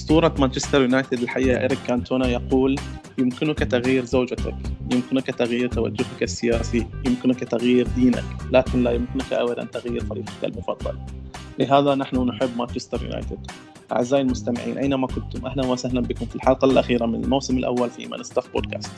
أسطورة مانشستر يونايتد الحقيقة إريك كانتونا يقول: يمكنك تغيير زوجتك، يمكنك تغيير توجهك السياسي، يمكنك تغيير دينك، لكن لا يمكنك أبدا تغيير فريقك المفضل. لهذا نحن نحب مانشستر يونايتد. أعزائي المستمعين أينما كنتم، أهلا وسهلا بكم في الحلقة الأخيرة من الموسم الأول في من ستاف بودكاست.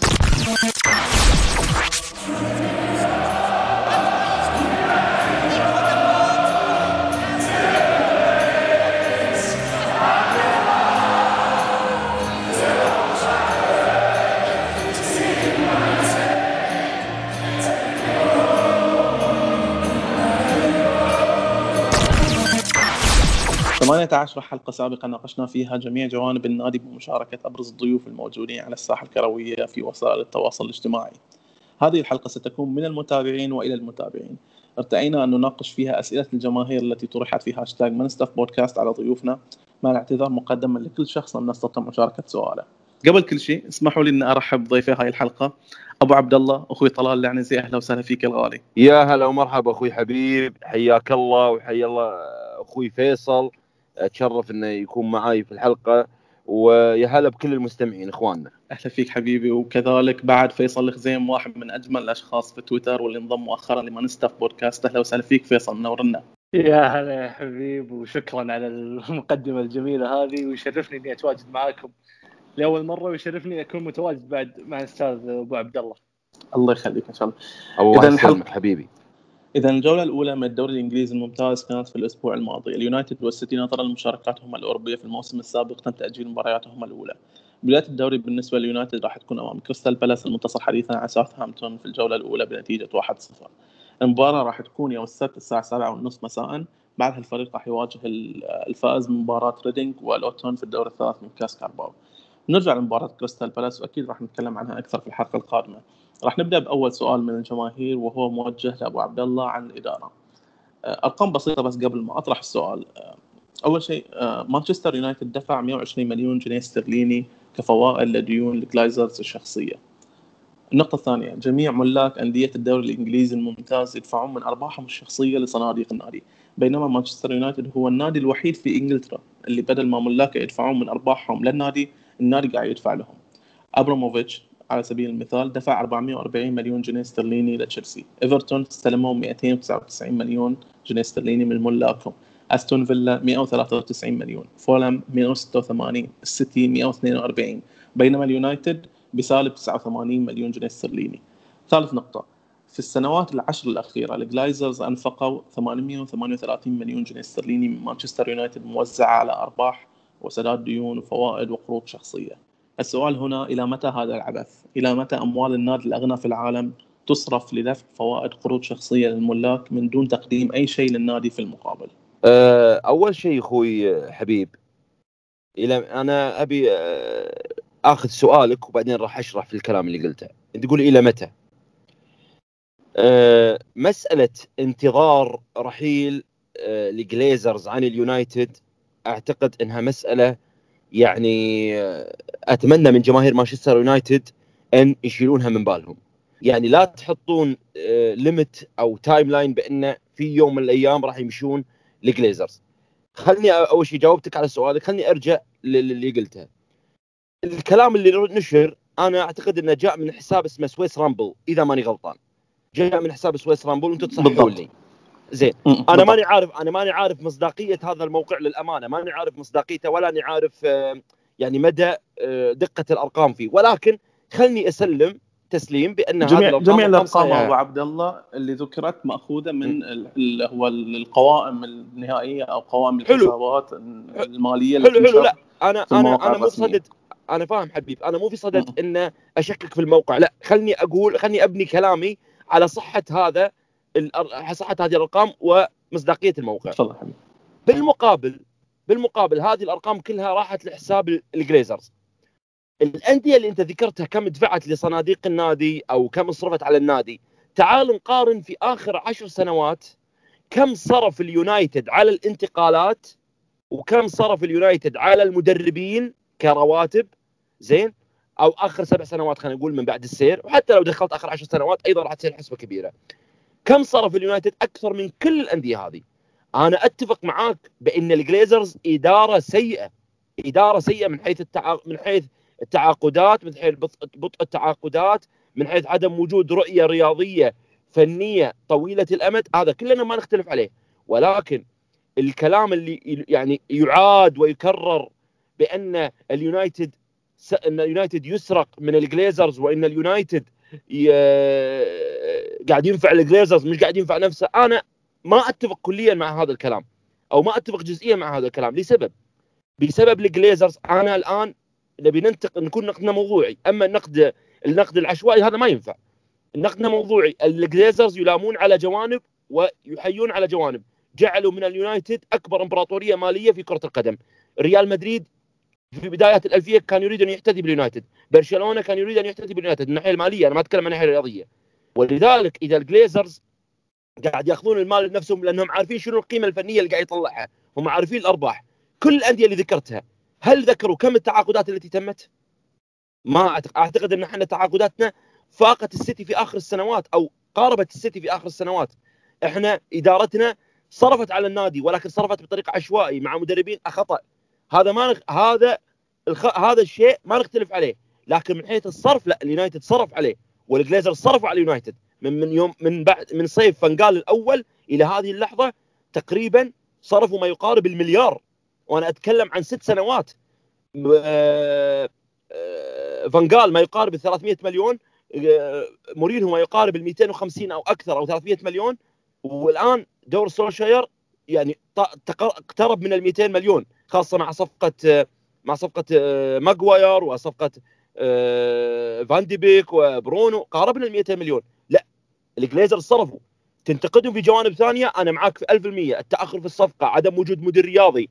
ثمانية عشر حلقة سابقة ناقشنا فيها جميع جوانب النادي بمشاركة أبرز الضيوف الموجودين على الساحة الكروية في وسائل التواصل الاجتماعي. هذه الحلقة ستكون من المتابعين وإلى المتابعين. ارتئينا أن نناقش فيها أسئلة الجماهير التي طرحت في هاشتاج من ستاف بودكاست على ضيوفنا، مع الاعتذار مقدما لكل شخص لم نستطع مشاركة سؤاله. قبل كل شيء اسمحوا لي أن أرحب بضيفي هاي الحلقة، أبو عبد الله أخوي طلال العنزي. أهلا وسهلا فيك الغالي. يا هلا ومرحبا أخوي حبيب، حياك الله وحيا الله أخوي فيصل، أتشرف أنه يكون معاي في الحلقة، ويا هلا بكل المستمعين إخواننا. أهلا فيك حبيبي، وكذلك بعد فيصل الخزيم، واحد من أجمل الأشخاص في تويتر واللي انضم مؤخرا لمن ستاف بودكاست. أهلا وسهلا فيك فيصل، منورنا. يا هلا يا حبيب، وشكرا على المقدمة الجميلة هذه، ويشرفني إني أتواجد معاكم لأول مرة، ويشرفني أكون متواجد بعد مع الأستاذ أبو عبد الله. الله يخليك إن شاء الله. إذا يسلمك حبيبي. إذا الجولة الأولى من الدوري الإنجليزي الممتاز كانت في الأسبوع الماضي. اليونايتد والسيتي نظرا لمشاركاتهما الأوروبية في الموسم السابق تم تأجيل مبارياتهما الأولى. بداية الدوري بالنسبة لليونايتد راح تكون أمام كريستال بالاس المنتصر حديثا على ساوثهامبتون في الجولة الأولى بنتيجة 1-0. المباراة راح تكون يوم السبت الساعة 7:30 مساء. بعدها الفريق راح يواجه الفائز من مباراة ريدينغ والأوتون في الدور الثالث من كاس كارباو. نرجع لمباراة كريستال بالاس وأكيد راح نتكلم عنها أكثر في الحلقة القادمة. راح نبدأ بأول سؤال من الجماهير وهو موجه لأبو عبد الله عن الإدارة. أرقام بسيطة بس قبل ما أطرح السؤال. أول شيء، مانشستر يونايتد دفع 120 مليون جنيه استرليني كفوائد لديون الجلايزرز الشخصية. النقطة الثانية، جميع ملاك أندية الدوري الإنجليزي الممتاز يدفعون من أرباحهم الشخصية لصناديق النادي، بينما مانشستر يونايتد هو النادي الوحيد في إنجلترا اللي بدل ما ملاكه يدفعون من أرباحهم للنادي، النادي قاعد يدفع لهم. أبراموفيتش على سبيل المثال دفع 440 مليون جنيه استرليني لتشيلسي. إيفرتون استلموا 299 مليون جنيه استرليني من ملاكهم. أستون فيلا 193 مليون، فولام 186، السيتي 142، بينما اليونايتد بسالب 89 مليون جنيه استرليني. ثالث نقطة، في السنوات العشر الأخيرة الجلايزرز أنفقوا 838 مليون جنيه استرليني من مانشستر يونايتد موزعة على أرباح وسداد ديون وفوائد وقروض شخصية. السؤال هنا، إلى متى هذا العبث؟ إلى متى أموال النادي الأغنى في العالم تصرف لدفع فوائد قروض شخصية للملاك من دون تقديم أي شيء للنادي في المقابل؟ أول شيء أخوي حبيب، أنا أبي أخذ سؤالك وبعدين راح أشرح في الكلام اللي قلته. أنت تقول إلى متى؟ مسألة انتظار رحيل الجليزرز عن اليونايتد أعتقد أنها مسألة يعني أتمنى من جماهير مانشستر يونايتد أن يشيلونها من بالهم. يعني لا تحطون ليميت أو تايم لاين بأن في يوم من الأيام راح يمشون الجليزرز. خلني أول شيء جاوبتك على سؤالك، خلني أرجع للي قلته. الكلام اللي نشر أنا أعتقد أنه جاء من حساب اسمه سويس رامبل، إذا ماني غلطان جاء من حساب سويس رامبل، وأنتم تصححون لي. زين، أنا ماني عارف مصداقية هذا الموقع للأمانة، ماني عارف مصداقيته ولا أني عارف يعني مدى دقة الأرقام فيه، ولكن خلني أسلم تسليم بأن جميع الأرقام أبو عبد الله اللي ذكرت مأخوذة من هو القوائم النهائية أو قوائم الحسابات المالية اللي حلو. لا أنا مو صدد، أنا فاهم حبيب، أنا مو في صدد إن أشكك في الموقع، لا خلني أبني كلامي على صحة هذه الأرقام ومصداقية الموقع. تفضل حبيب. بالمقابل هذه الأرقام كلها راحت لحساب الجليزرز. الأندية اللي أنت ذكرتها كم دفعت لصناديق النادي أو كم صرفت على النادي، تعال نقارن في آخر 10 سنوات كم صرف اليونايتد على الانتقالات وكم صرف اليونايتد على المدربين كرواتب. زين، أو آخر 7 سنوات خلينا نقول من بعد السير، وحتى لو دخلت آخر 10 سنوات أيضا راح تصير حسبة كبيرة. كم صرف اليونايتد؟ أكثر من كل الأندية هذه. أنا أتفق معاك بأن الجليزرز إدارة سيئة، اداره سيئه من حيث التعاقدات، من حيث بطء التعاقدات، من حيث عدم وجود رؤيه رياضيه فنيه طويله الامد. هذا كلنا ما نختلف عليه، ولكن الكلام اللي يعني يعاد ويكرر بان اليونايتد يسرق من الجليزرز، وان اليونايتد قاعد ينفع الجليزرز مش قاعد ينفع نفسه، انا ما اتفق كليا مع هذا الكلام، او ما اتفق جزئيا مع هذا الكلام بسبب الجليزرز. انا الان نبي نكون نقدنا موضوعي، اما النقد العشوائي هذا ما ينفع. نقدنا موضوعي. الجليزرز يلامون على جوانب ويحيون على جوانب. جعلوا من اليونايتد اكبر امبراطوريه ماليه في كره القدم. ريال مدريد في بدايات الألفية كان يريد أن يحتذي باليونايتد، برشلونة كان يريد أن يحتذي باليونايتد من الناحية المالية، أنا ما أتكلم عن الناحية الرياضية. ولذلك إذا الجليزرز قاعد يأخذون المال لنفسهم لأنهم عارفين شنو القيمة الفنية اللي قاعد يطلعها، هم عارفين الأرباح. كل الأندية اللي ذكرتها هل ذكروا كم التعاقدات التي تمت؟ ما أعتقد أن احنا تعاقداتنا فاقت السيتي في آخر السنوات، أو قاربت السيتي في آخر السنوات. احنا إدارتنا صرفت على النادي، ولكن صرفت بطريقة عشوائي مع مدربين خطأ. هذا الشيء ما نختلف عليه، لكن من حيث الصرف لا، اليونايتد صرف عليه، والجليزر صرفوا على اليونايتد من صيف فنقال الاول الى هذه اللحظه تقريبا صرفوا ما يقارب المليار، وانا اتكلم عن 6 سنوات. فنقال ما يقارب 300 مليون، مورينهو ما يقارب 250 او اكثر او 300 مليون، والان دور سولشاير يعني اقترب من 200 مليون، خاصه مع صفقه ماغواير وصفقه فان دي بيك وبرونو، قاربنا 200 مليون. لا، الجليزر صرفوا. تنتقدهم في جوانب ثانيه، انا معاك في 1000%. التاخر في الصفقه، عدم وجود مدير رياضي،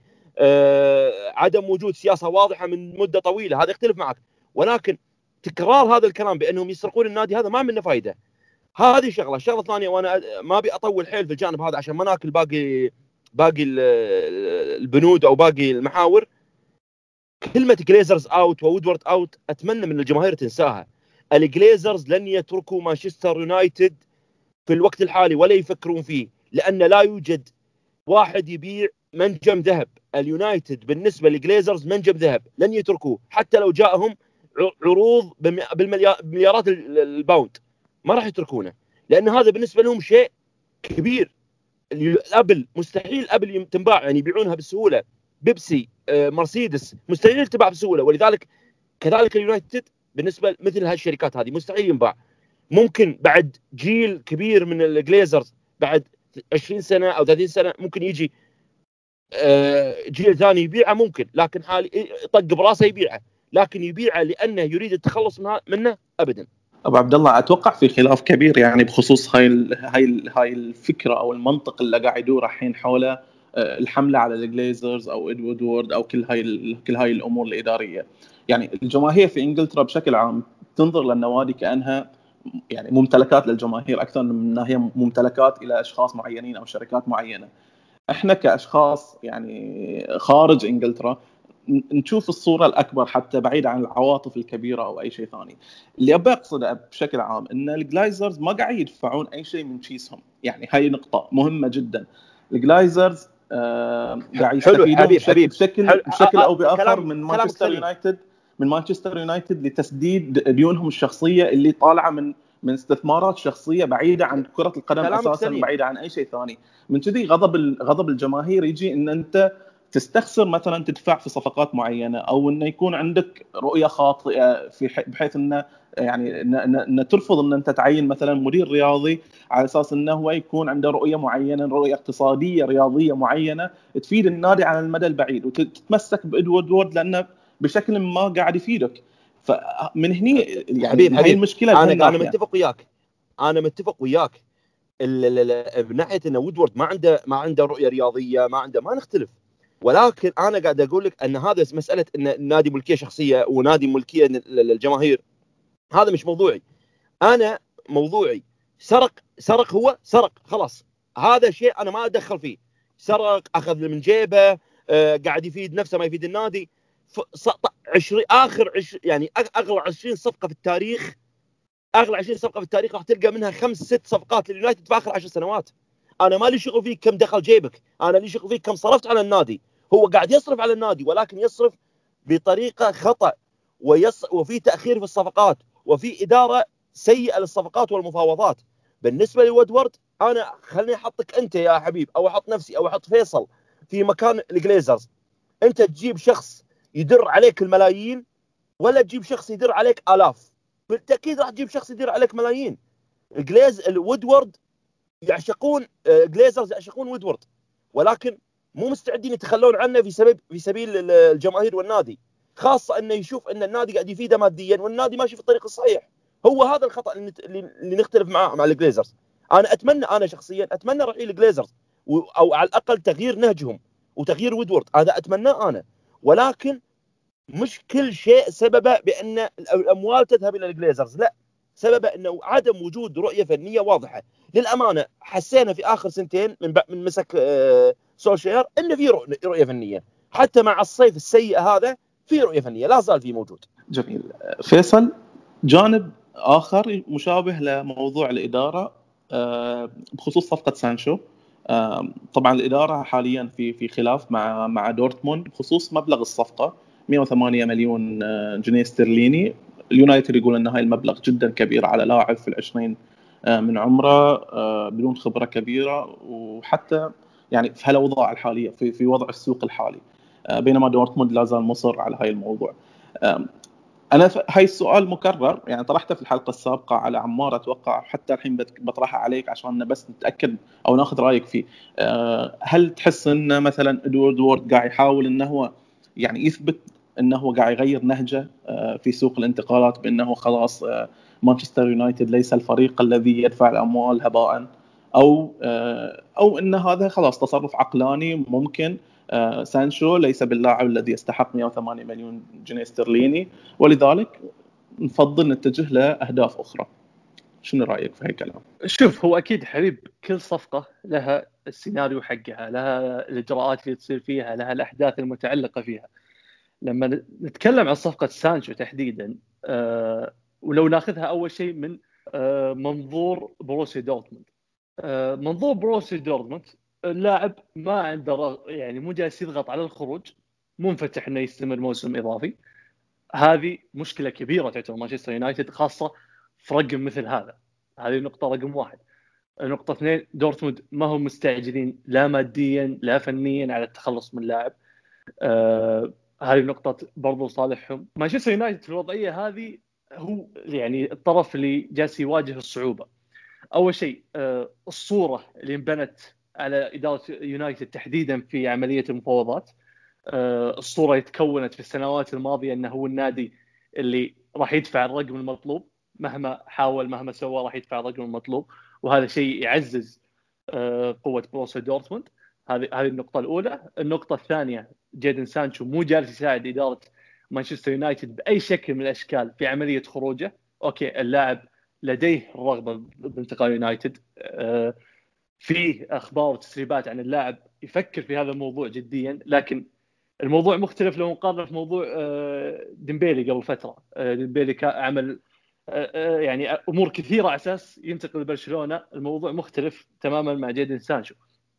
عدم وجود سياسه واضحه من مده طويله، هذا يختلف معك. ولكن تكرار هذا الكلام بانهم يسرقون النادي هذا ما منه فائده. هذه الشغله الثانيه، وانا ما ابي اطول حيل في الجانب هذا عشان ما ناكل باقي البنود او باقي المحاور. كلمه جليزرز اوت وودورد اوت اتمنى من الجماهير تنساها. الجليزرز لن يتركوا مانشستر يونايتد في الوقت الحالي ولا يفكرون فيه، لان لا يوجد واحد يبيع منجم ذهب. اليونايتد بالنسبه لجليزرز منجم ذهب، لن يتركوه حتى لو جاءهم عروض بمليارات الباوند، ما راح يتركونه، لان هذا بالنسبه لهم شيء كبير. الابل مستحيل ابل تنباع، يعني يبيعونها بسهوله. بيبسي، مرسيدس مستحيل تباع بسهوله. ولذلك كذلك اليونايتد بالنسبه مثل هالشركات هذه مستحيل ينباع. ممكن بعد جيل كبير من الجليزرز بعد 20 سنه او 30 سنه ممكن يجي جيل ثاني يبيعه، ممكن، لكن حالي طق براسه يبيعه، لكن يبيعه لانه يريد التخلص منه ابدا. ابو عبد الله، اتوقع في خلاف كبير يعني بخصوص هاي الفكره او المنطق اللي قاعد يدور الحين حول الحمله على الجليزرز او وودورد او كل هاي الامور الاداريه. يعني الجماهير في انجلترا بشكل عام تنظر للنوادي كانها يعني ممتلكات للجماهير اكثر من انها هي ممتلكات الى اشخاص معينين او شركات معينه. احنا كاشخاص يعني خارج انجلترا نشوف الصوره الاكبر حتى بعيد عن العواطف الكبيره او اي شيء ثاني. اللي ابي اقصده بشكل عام ان الجلايزرز ما قاعد يدفعون اي شيء من كيسهم، يعني هاي نقطه مهمه جدا. الجلايزرز قاعد يستفيدون بشكل او باخر من مانشستر يونايتد لتسديد ديونهم الشخصيه اللي طالعه من استثمارات شخصيه بعيده عن كره القدم اساسا وبعيده عن اي شيء ثاني. من كذي غضب الجماهير يجي ان انت تستخسر مثلا تدفع في صفقات معينه، او انه يكون عندك رؤيه خاطئه بحيث انه يعني ان ترفض ان انت تعين مثلا مدير رياضي على اساس انه هو يكون عنده رؤيه معينه، رؤيه اقتصاديه رياضيه معينه تفيد النادي على المدى البعيد، وتتمسك بإدوارد لانه بشكل ما قاعد يفيدك. فمن هنا يعني هاي المشكله. انا متفق وياك بناحيه ان وودورد ما عنده رؤيه رياضيه، ما نختلف. ولكن انا قاعد اقول لك ان هذا مساله ان النادي ملكيه شخصيه ونادي ملكيه للجماهير، هذا مش موضوعي. انا موضوعي سرق هو سرق خلاص، هذا شيء انا ما ادخل فيه. سرق، اخذ من جيبه، قاعد يفيد نفسه ما يفيد النادي. يعني اغلى 20 صفقه في التاريخ، راح تلقى منها 5-6 صفقات لليونايتد في اخر 10 سنوات. انا مالي شغل فيك كم دخل جيبك، انا لي شغل فيك كم صرفت على النادي. هو قاعد يصرف على النادي، ولكن يصرف بطريقه خطا، وفي تاخير في الصفقات، وفي اداره سيئه للصفقات والمفاوضات. بالنسبه لوودورد، انا خليني احطك انت يا حبيب، او احط نفسي، او احط فيصل في مكان الجليزرز. انت تجيب شخص يدر عليك الملايين، ولا تجيب شخص يدر عليك آلاف؟ بالتاكيد راح تجيب شخص يدر عليك ملايين. وودورد يعشقون، جليزرز يعشقون وودورد، ولكن مو مستعدين يتخلون عنه في سبيل الجماهير والنادي، خاصه انه يشوف ان النادي قاعد يفيده ماديا والنادي ماشي في الطريق الصحيح. هو هذا الخطا اللي نختلف معاه مع الجليزرز. انا شخصيا اتمنى رحيل الجليزرز، او على الاقل تغيير نهجهم وتغيير وودورد، هذا اتمناه انا. ولكن مش كل شيء سببه بان الاموال تذهب الى الجليزرز، لا، سببه انه عدم وجود رؤيه فنيه واضحه. للامانه حسينا في اخر سنتين من مسك سولشير انه في رؤيه فنيه، حتى مع الصيف السيء هذا في رؤيه فنيه لا زال في موجود. جميل. فيصل، جانب آخر مشابه لموضوع الإدارة بخصوص صفقة سانشو. طبعا الإدارة حاليا في خلاف مع دورتموند بخصوص مبلغ الصفقة 108 مليون جنيه استرليني. اليونايتد يقول أن هاي المبلغ جدا كبير على لاعب في العشرين من عمره، بدون خبرة كبيرة، وحتى يعني في هالأوضاع الحالية في وضع السوق الحالي، بينما دورتموند لا زال مصر على هاي الموضوع. أنا هاي السؤال مكرر، يعني طرحته في الحلقة السابقة على عمار، أتوقع حتى الحين بطرحه عليك عشان بس نتأكد أو ناخذ رأيك فيه. هل تحس أن مثلا إدوارد قاعد يحاول أنه هو يعني يثبت أنه قاعد يغير نهجه في سوق الانتقالات، بأنه خلاص مانشستر يونايتد ليس الفريق الذي يدفع الأموال هباء، أو أن هذا خلاص تصرف عقلاني ممكن؟ سانشو ليس باللاعب الذي يستحق 108 مليون جنيه استرليني، ولذلك نفضل نتجه لأهداف أخرى. شنو رأيك في هالكلام؟ شوف، هو أكيد حبيب كل صفقة لها السيناريو حقها، لها الإجراءات اللي تصير فيها، لها الأحداث المتعلقة فيها. لما نتكلم عن صفقة سانشو تحديدا، ولو ناخذها أول شيء من منظور بروسيا دورتموند. منظور بروسيا دورتموند، اللاعب ما عنده يعني مو جالس يضغط على الخروج، منفتح انه يستمر موسم اضافي. هذه مشكله كبيره تعتبر مانشستر يونايتد، خاصه في رقم مثل هذا. هذه نقطه رقم واحد. نقطه اثنين، دورتموند ما هم مستعجلين لا ماديا لا فنيا على التخلص من اللاعب. هذه نقطه برضو صالحهم. مانشستر يونايتد في الوضعيه هذه هو يعني الطرف اللي جالس يواجه الصعوبه. اول شيء الصوره اللي انبنت على اداره يونايتد تحديدا في عمليه المفاوضات. الصوره تكونت في السنوات الماضيه انه هو النادي اللي راح يدفع الرقم المطلوب، مهما حاول مهما سوى راح يدفع الرقم المطلوب، وهذا شيء يعزز قوه بروسيا دورتموند. هذه النقطه الاولى. النقطه الثانيه، جيدن سانشو مو جالس يساعد اداره مانشستر يونايتد باي شكل من الاشكال في عمليه خروجه. اوكي، اللاعب لديه الرغبه بانتقال يونايتد، في اخبار وتسريبات عن اللاعب يفكر في هذا الموضوع جديا، لكن الموضوع مختلف لو نقارن في موضوع ديمبيلي قبل فتره. ديمبيلي عمل يعني امور كثيره على اساس ينتقل لبرشلونه. الموضوع مختلف تماما مع جيدن سانشو.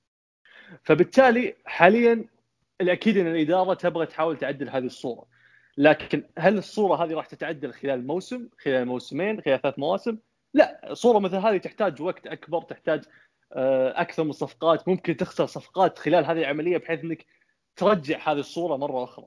فبالتالي حاليا الاكيد ان الاداره تبغى تحاول تعدل هذه الصوره، لكن هل الصوره هذه راح تتعدل خلال موسم، خلال موسمين، خلال 3 مواسم؟ لا، صوره مثل هذه تحتاج وقت اكبر، تحتاج اكثر من صفقات. ممكن تخسر صفقات خلال هذه العمليه بحيث انك ترجع هذه الصوره مره اخرى.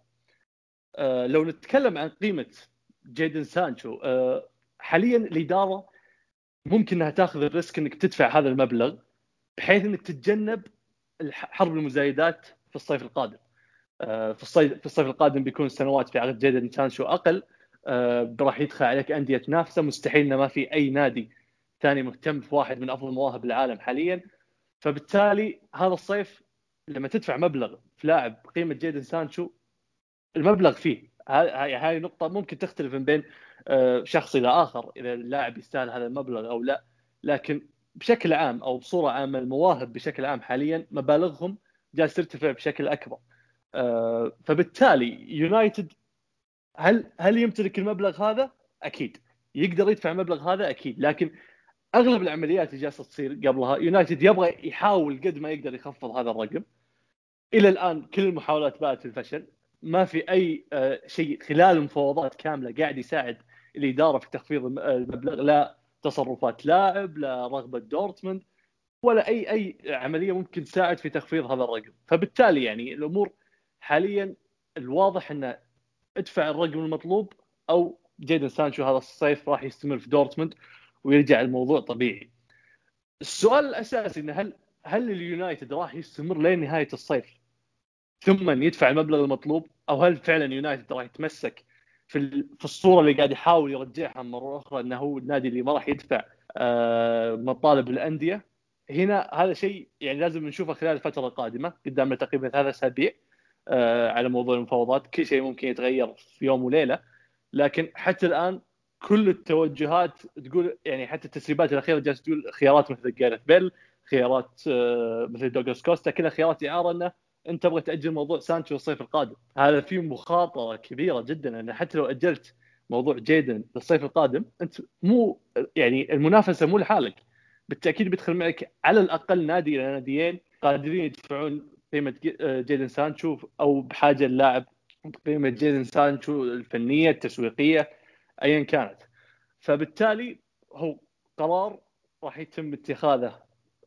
لو نتكلم عن قيمه جيدن سانشو، حاليا الاداره ممكن انها تاخذ الريسك انك تدفع هذا المبلغ بحيث انك تتجنب حرب المزايدات في الصيف القادم. في الصيف القادم بيكون سنوات في عقد جيدن سانشو اقل، راح يدخل عليك انديه تنافسه. مستحيل انه ما في اي نادي ثاني مهتم في واحد من افضل مواهب العالم حاليا. فبالتالي هذا الصيف لما تدفع مبلغ في لاعب قيمه جيدن سانشو، المبلغ فيه هاي نقطه ممكن تختلف من بين شخص الى اخر اذا اللاعب يستاهل هذا المبلغ او لا، لكن بشكل عام او بصوره عامه المواهب بشكل عام حاليا مبالغهم جالس ترتفع بشكل اكبر. فبالتالي يونايتد هل يمتلك المبلغ هذا؟ اكيد يقدر يدفع المبلغ هذا اكيد، لكن اغلب العمليات اللي جالسه تصير قبلها يونايتد يبغى يحاول قد ما يقدر يخفض هذا الرقم. الى الان كل المحاولات باتت في الفشل. ما في اي شيء خلال المفاوضات كامله قاعد يساعد الاداره في تخفيض المبلغ، لا تصرفات لاعب، لا رغبه دورتموند، ولا اي عمليه ممكن تساعد في تخفيض هذا الرقم. فبالتالي يعني الامور حاليا الواضح انه ادفع الرقم المطلوب او جيدن سانشو هذا الصيف راح يستمر في دورتموند ويرجع الموضوع طبيعي. السؤال الاساسي انه هل اليونايتد راح يستمر لين نهايه الصيف ثم يدفع المبلغ المطلوب، او هل فعلا يونايتد راح يتمسك في الصوره اللي قاعد يحاول يرجعها مره اخرى انه هو النادي اللي ما راح يدفع مطالب الانديه؟ هنا هذا شيء يعني لازم نشوفه خلال الفتره القادمه، قدامنا تقريبا 3 أسابيع على موضوع المفاوضات. كل شيء ممكن يتغير في يوم وليله، لكن حتى الان كل التوجهات تقول يعني حتى التسريبات الاخيره جالسه تقول خيارات مثل جاريث بيل، خيارات مثل دوغلاس كوستا، كلها خيارات اعاره انه انت تبغى تاجل موضوع سانشو الصيف القادم. هذا فيه مخاطره كبيره جدا، ان حتى لو اجلت موضوع جيدن للصيف القادم انت مو يعني المنافسه مو لحالك، بالتاكيد بيدخل معك على الاقل نادي الى ناديين قادرين يدفعون قيمه جيدن سانشو، او بحاجه اللاعب قيمه جيدن سانشو الفنيه التسويقيه ايا كانت. فبالتالي هو قرار راح يتم اتخاذه.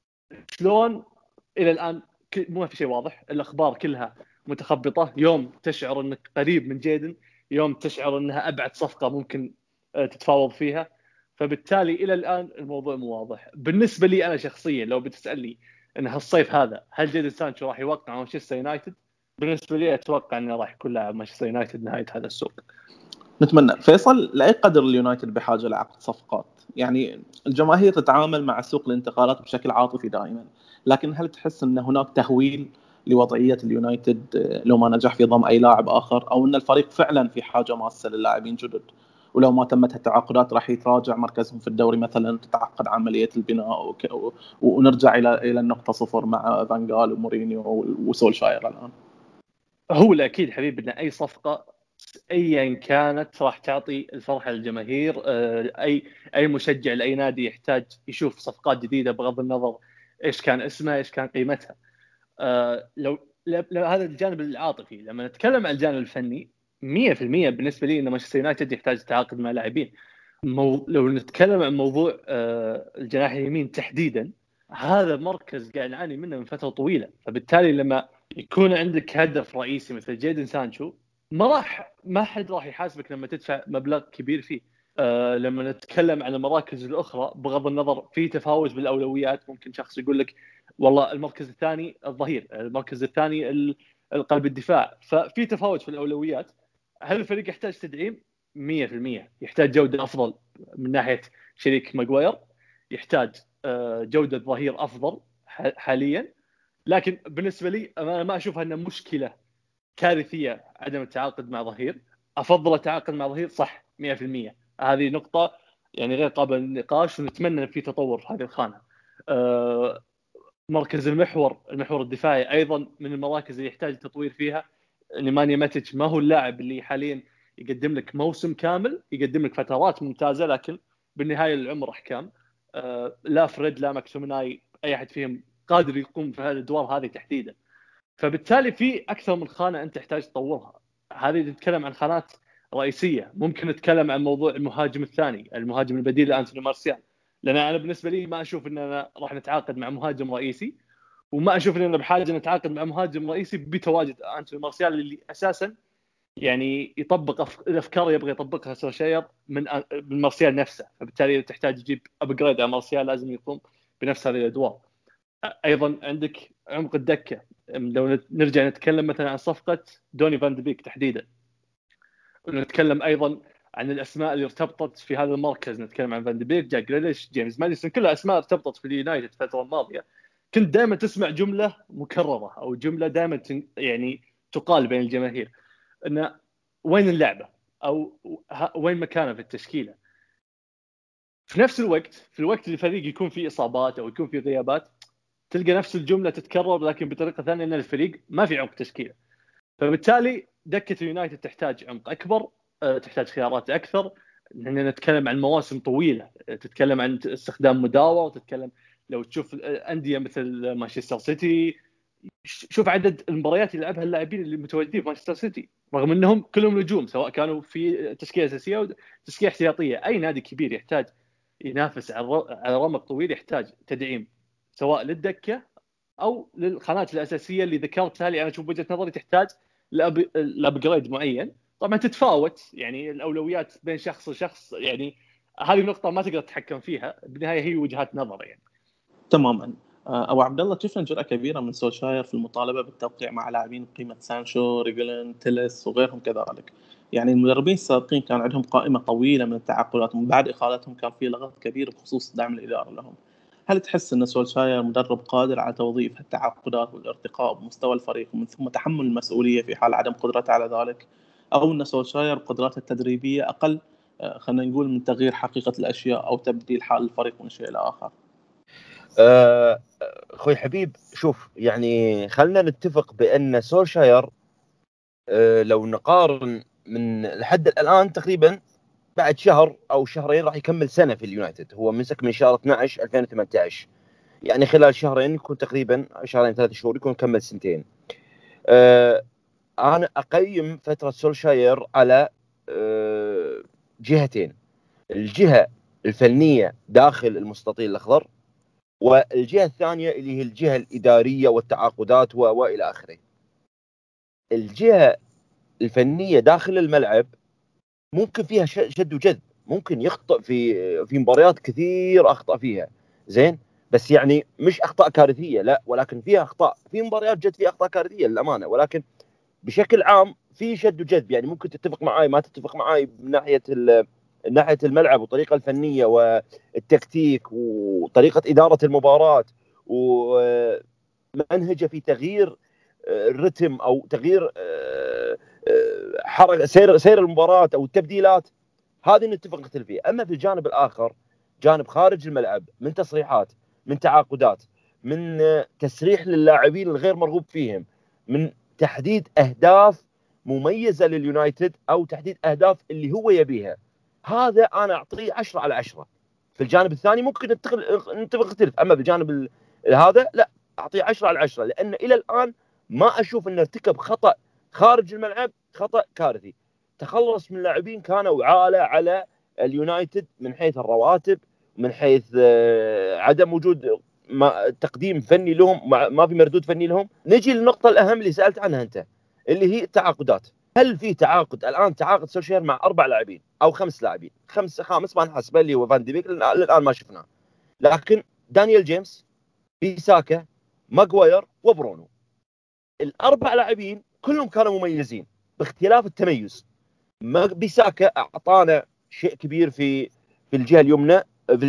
شلون؟ الى الان مو في شيء واضح، الاخبار كلها متخبطه، يوم تشعر انك قريب من جيدن، يوم تشعر انها ابعد صفقه ممكن تتفاوض فيها. فبالتالي الى الان الموضوع مو واضح. بالنسبه لي انا شخصيا لو بتسالني ان هالصيف هذا هل جيدن سانشو راح يوقع مع مانشستر يونايتد، بالنسبه لي اتوقع انه راح يكون لاعب مانشستر يونايتد نهايه هذا السوق. نتمنى. فيصل، لأي قدر اليونايتد بحاجة لعقد صفقات؟ يعني الجماهير تتعامل مع سوق الانتقالات بشكل عاطفي دائما، لكن هل تحس أن هناك تهويل لوضعية اليونايتد لو ما نجح في ضم أي لاعب آخر، أو أن الفريق فعلا في حاجة ماسة للاعبين جدد، ولو ما تمت التعاقدات راح يتراجع مركزهم في الدوري مثلا، تتعقد عملية البناء ونرجع إلى النقطة صفر مع فانغال ومورينيو وسولشاير الآن؟ هو الأكيد حبيب أن أي صفقة ايا كانت راح تعطي الفرحه للجماهير. اي مشجع لاي نادي يحتاج يشوف صفقات جديده بغض النظر ايش كان اسمها ايش كان قيمتها. لو هذا الجانب العاطفي. لما نتكلم عن الجانب الفني 100% بالنسبه لي ان مانشستر يونايتد يحتاج يتعاقد مع لاعبين. لو نتكلم عن موضوع الجناح اليمين تحديدا، هذا مركز قاعد نعاني منه من فتره طويله. فبالتالي لما يكون عندك هدف رئيسي مثل جيدن سانشو، ما حد راح يحاسبك لما تدفع مبلغ كبير فيه. لما نتكلم عن المراكز الأخرى بغض النظر في تفاوت بالأولويات، ممكن شخص يقول لك والله المركز الثاني الظهير، المركز الثاني القلب الدفاع، ففي تفاوت في الأولويات. هل الفريق يحتاج تدعيم؟ 100% يحتاج جودة أفضل من ناحية شريك ماغواير، يحتاج جودة ظهير أفضل حاليا. لكن بالنسبة لي أنا ما أشوفها أنها مشكلة كارثيه عدم التعاقد مع ظهير. افضل التعاقد مع ظهير صح 100%، هذه نقطه يعني غير قابله للنقاش، ونتمنى ان في تطور في هذه الخانه. مركز المحور الدفاعي ايضا من المراكز اللي يحتاج تطوير فيها. نيمانيا ماتيتش ما هو اللاعب اللي حاليا يقدم لك موسم كامل، يقدم لك فترات ممتازه، لكن بالنهايه العمر احكام. لا فريد لا ماكسوميناي اي احد فيهم قادر يقوم في هذه الادوار هذه تحديدا. فبالتالي في اكثر من خانه انت تحتاج تطورها. هذه نتكلم عن خانات رئيسيه. ممكن نتكلم عن موضوع المهاجم الثاني، المهاجم البديل لانتوني مارسيال، لان انا بالنسبه لي ما اشوف اننا راح نتعاقد مع مهاجم رئيسي، وما اشوف اننا بحاجه نتعاقد مع مهاجم رئيسي بتواجد انتوني مارسيال اللي اساسا يعني يطبق الافكار يبغى يطبقها سولشاير من مارسيال نفسه. فبالتالي تحتاج تجيب ابجريد على مارسيال لازم يقوم بنفس هذه الادوار. ايضا عندك عمق الدكه. لو نرجع نتكلم مثلا عن صفقه دوني فان دي بيك تحديدا، ونتكلم ايضا عن الاسماء اللي ارتبطت في هذا المركز، نتكلم عن فان دي بيك، جاك جريليش، جيمس ماديسون، كلها اسماء ارتبطت في اليونايتد الفتره الماضيه. كنت دائما تسمع جمله مكرره او جمله دائما يعني تقال بين الجماهير، ان وين اللعبه او وين مكانه في التشكيله. في نفس الوقت في الوقت اللي الفريق يكون فيه اصابات او يكون فيه غيابات، تلقى نفس الجمله تتكرر لكن بطريقه ثانيه، ان الفريق ما في عمق تشكيله. فبالتالي دكه اليونايتد تحتاج عمق اكبر، تحتاج خيارات اكثر. لان نتكلم عن مواسم طويله، تتكلم عن استخدام مداور، تتكلم لو تشوف انديه مثل مانشستر سيتي، شوف عدد المباريات اللي لعبها اللاعبين اللي متواجدين في مانشستر سيتي، رغم انهم كلهم نجوم سواء كانوا في تشكيله اساسيه او تشكيله احتياطيه. اي نادي كبير يحتاج ينافس على رمق طويل يحتاج تدعيم سواء للدكه او للخانات الاساسيه اللي ذكرتها، اللي انا اشوف وجهه نظري تحتاج الابجريد معين. طبعا تتفاوت يعني الاولويات بين شخص وشخص، يعني هذه النقطه ما تقدر تتحكم فيها، بالنهايه هي وجهات نظر يعني. تماما. ابو عبد الله، شفنا جرأة كبيره من سولشاير في المطالبه بالتوقيع مع لاعبين بقيمه سانشو، ريجلين، تيلس وغيرهم كذلك. يعني المدربين السابقين كان عندهم قائمه طويله من التعاقدات، ومن بعد اقالتهم كان في لغط كبير بخصوص دعم الاداره لهم. هل تحس ان سولشاير مدرب قادر على توظيف التعاقدات والارتقاء بمستوى الفريق ومن ثم تحمل المسؤوليه في حال عدم قدرته على ذلك، او ان سولشاير قدراته التدريبيه اقل خلينا نقول من تغيير حقيقه الاشياء او تبديل حال الفريق من شيء الى اخر؟ اخوي حبيب، شوف يعني خلنا نتفق بان سولشاير لو نقارن من لحد الان تقريبا بعد شهر او شهرين راح يكمل سنه في اليونايتد. هو مسك من شهر 12 2018، يعني خلال شهرين يكون تقريبا شهرين 3 شهور يكون كمل سنتين. انا اقيم فتره سولشاير على جهتين: الجهه الفنيه داخل المستطيل الاخضر، والجهه الثانيه اللي هي الجهه الاداريه والتعاقدات والى اخره. الجهه الفنيه داخل الملعب ممكن فيها شد وجذب، ممكن يخطئ في مباريات كثير اخطا فيها زين، بس يعني مش اخطاء كارثيه لا، ولكن فيها اخطاء في مباريات جد فيها اخطاء كارثيه للامانه، ولكن بشكل عام في شد وجذب. يعني ممكن تتفق معاي ما تتفق معاي من ناحيه الملعب والطريقه الفنيه والتكتيك وطريقه اداره المباراه ومنهجه في تغيير الرتم او تغيير حركه سير المباراه او التبديلات، هذه نتفق نختلف فيها. اما في الجانب الاخر، جانب خارج الملعب، من تصريحات، من تعاقدات، من تسريح للاعبين الغير مرغوب فيهم، من تحديد اهداف مميزه لليونايتد او تحديد اهداف اللي هو يبيها، هذا انا اعطيه 10 على 10. في الجانب الثاني ممكن نتفق نختلف، اما بالجانب هذا لا، اعطيه 10 على 10، لان الى الان ما اشوف انه ارتكب خطا خارج الملعب، خطا كارثي. تخلص من لاعبين كانوا عالة على اليونايتد من حيث الرواتب، من حيث عدم وجود تقديم فني لهم، ما في مردود فني لهم. نجي للنقطة الأهم اللي سألت عنها أنت، اللي هي التعاقدات. هل في تعاقد الآن، تعاقد سولشير مع 4 لاعبين أو 5 لاعبين، خامس ما نحسبه اللي هو فان دي بيك الآن ما شفناه، لكن دانيال جيمس، بيساكا، ماغواير وبرونو، ال4 لاعبين كلهم كانوا مميزين باختلاف التميز. بيساكا اعطانا شيء كبير في الجهه اليمنى،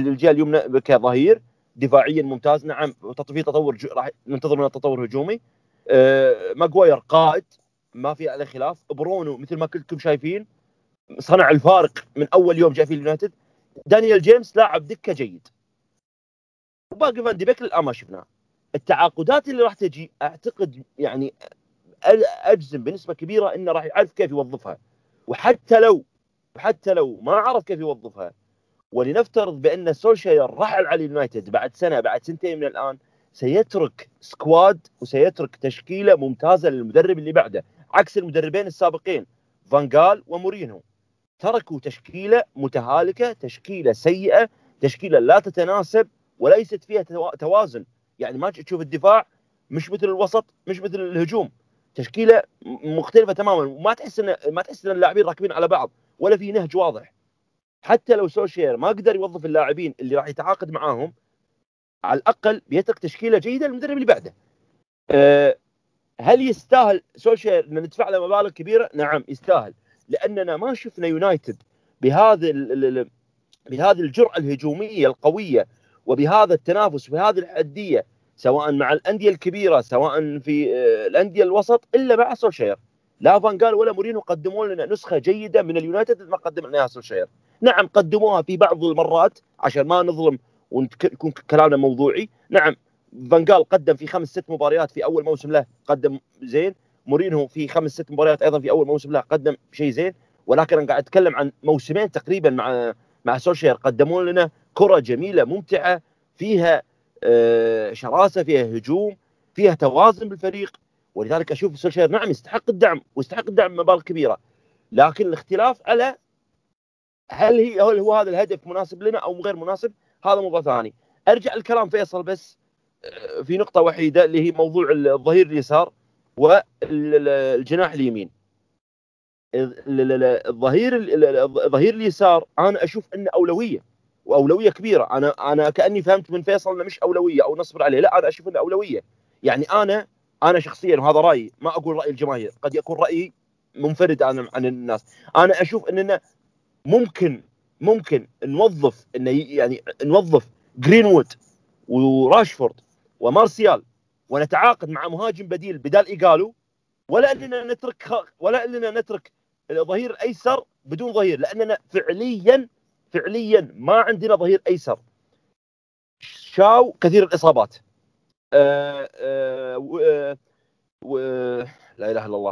كظهير دفاعيا ممتاز، نعم في تطور راح ننتظر منه تطور هجومي. ماغواير قائد ما في عليه خلاف. برونو مثل ما كلكم شايفين صنع الفارق من اول يوم جاء في اليونايتد. دانيال جيمس لاعب دكه جيد، وباقي فان دي بيك الان ما شفناه. التعاقدات اللي راح تجي اعتقد يعني اجزم بنسبه كبيره انه راح يعرف كيف يوظفها، وحتى لو ما عرف كيف يوظفها، ولنفترض بان سولشاير رحل على اليونايتد بعد سنه بعد سنتين من الان، سيترك سكواد وسيترك تشكيله ممتازه للمدرب اللي بعده، عكس المدربين السابقين فانغال ومورينو، تركوا تشكيله متهالكه، تشكيله سيئه، تشكيله لا تتناسب وليست فيها توازن. يعني ما تشوف الدفاع مش مثل الوسط مش مثل الهجوم، تشكيله مختلفه تماما، وما تحس ان اللاعبين راكبين على بعض ولا في نهج واضح. حتى لو سولشير ما قدر يوظف اللاعبين اللي راح يتعاقد معاهم، على الاقل بيترك تشكيله جيده للمدرب اللي بعده. هل يستاهل سولشير ان ندفع له مبالغ كبيره؟ نعم يستاهل، لاننا ما شفنا يونايتد بهذه الجرأة الهجوميه القويه وبهذا التنافس وبهذه الحديه، سواء مع الانديه الكبيره سواء في الانديه الوسط، الا مع سولشير. لا فانغال ولا مورينو قدموا لنا نسخه جيده من اليونايتد ما قدم لنا سولشير. نعم قدموها في بعض المرات عشان ما نظلم ويكون كلامنا موضوعي. نعم فانغال قدم في 5-6 مباريات في اول موسم له قدم زين، مورينو في 5-6 مباريات ايضا في اول موسم له قدم شيء زين، ولكن انا قاعد اتكلم عن موسمين تقريبا مع سولشير قدموا لنا كره جميله ممتعه، فيها شراسه، فيها هجوم، فيها توازن بالفريق، ولذلك اشوف سولشاير نعم يستحق الدعم ويستحق الدعم مبالغ كبيره، لكن الاختلاف على هل هو هذا الهدف مناسب لنا او غير مناسب، هذا موضوع ثاني. ارجع الكلام فيصل بس في نقطه وحيده اللي هي موضوع الظهير اليسار والجناح اليمين. الظهير اليسار انا اشوف انه اولويه واولويه كبيره. انا كاني فهمت من فيصل انه مش اولويه او نصبر عليه، لا انا اشوف انه اولويه. يعني انا شخصيا، وهذا رايي ما اقول راي الجماهير، قد يكون رايي منفرد عن الناس، انا اشوف اننا ممكن نوظف يعني نوظف جرينوود وراشفورد ومارسيال ونتعاقد مع مهاجم بديل بدال إيغالو، ولا اننا نترك الظهير الايسر بدون ظهير، لاننا فعليا ما عندنا ظهير ايسر. شاو كثير الاصابات، لا اله الا الله،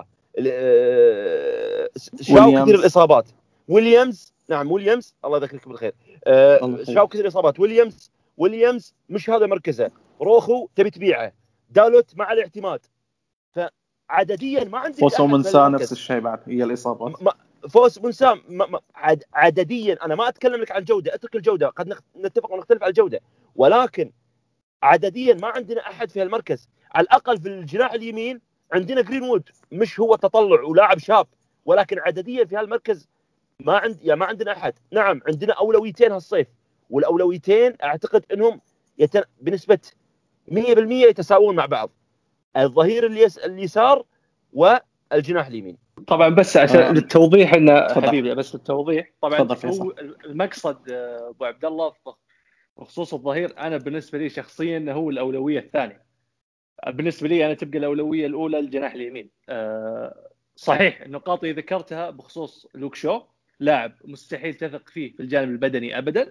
شاو كثير الاصابات. ويليامز الله يذكرك بالخير. شاو كثير الاصابات. ويليامز مش هذا مركزه. روخو تبي تبيعه. دالوت مع الاعتماد. فعدديا ما عندك فوسو منسا نفس الشيء بعد، هي الاصابات. فوس منسا عدديا انا ما اتكلم لك عن الجوده، اترك الجوده، قد نتفق ونختلف على الجوده، ولكن عدديا ما عندنا احد في هالمركز. على الاقل في الجناح اليمين عندنا جرينوود، مش هو تطلع ولاعب شاب، ولكن عدديا في هالمركز ما عندنا احد. نعم عندنا اولويتين هالصيف، والاولويتين اعتقد انهم بنسبه 100% يتساوون مع بعض، الظهير اليسار والجناح اليمين. طبعا بس عشان للتوضيح ان حبيبي، بس للتوضيح طبعا هو المقصد ابو عبد الله بخصوص الظهير، انا بالنسبه لي شخصيا انه هو الاولويه الثانيه. بالنسبه لي انا تبقى الاولويه الاولى الجناح اليمين. صحيح النقاط اللي ذكرتها بخصوص لوك شو لاعب مستحيل تثق فيه في الجانب البدني ابدا.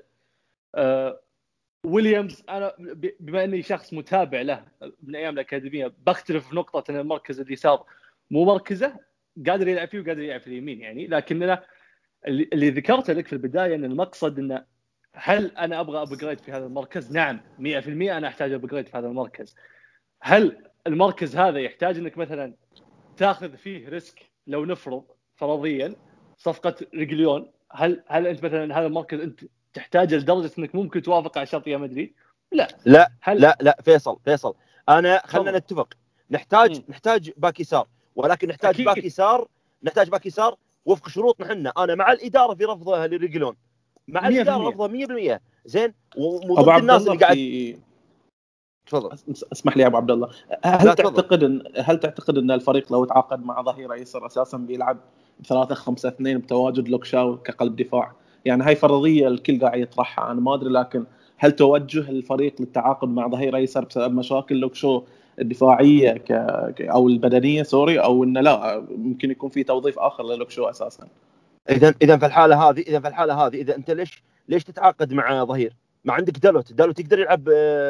ويليامز انا بما اني شخص متابع له من ايام الاكاديميه بختلف في نقطه ان المركز اليسار مو مركزه، قادر يلعب فيه وقادر يلعب في اليمين يعني. لكن انا اللي ذكرته لك في البدايه ان المقصد انه هل انا ابغى ابجريد في هذا المركز؟ نعم 100% انا احتاج ابجريد في هذا المركز. هل المركز هذا يحتاج انك مثلا تاخذ فيه ريسك؟ لو نفرض فرضيا صفقه ريجليون، هل انت مثلا هذا المركز انت تحتاجه لدرجه انك ممكن توافق على شرط يا مدريد؟ لا فيصل انا خلينا نتفق، نحتاج باك يسار، ولكن نحتاج باك يسار وفق شروطنا احنا. انا مع الاداره في رفضها للريجلون، مع الاداره رفضها 100%. زين وضد الناس اللي قاعد. تفضل اسمح لي يا ابو عبد الله، هل تعتقد ان الفريق لو تعاقد مع ظهير ايسر اساسا بيلعب 3-5-2 بتواجد لوك شاو كقلب دفاع؟ يعني هاي فرضيه الكل قاعد يطرحها، انا ما ادري، لكن هل توجه الفريق للتعاقد مع ظهير ايسر بسبب مشاكل لوك شو الدفاعيه او البدنيه او انه لا ممكن يكون في توظيف اخر للوك شو اساسا؟ اذا في الحاله هذه اذا انت ليش تتعاقد مع ظهير؟ ما عندك دالوت يقدر يلعب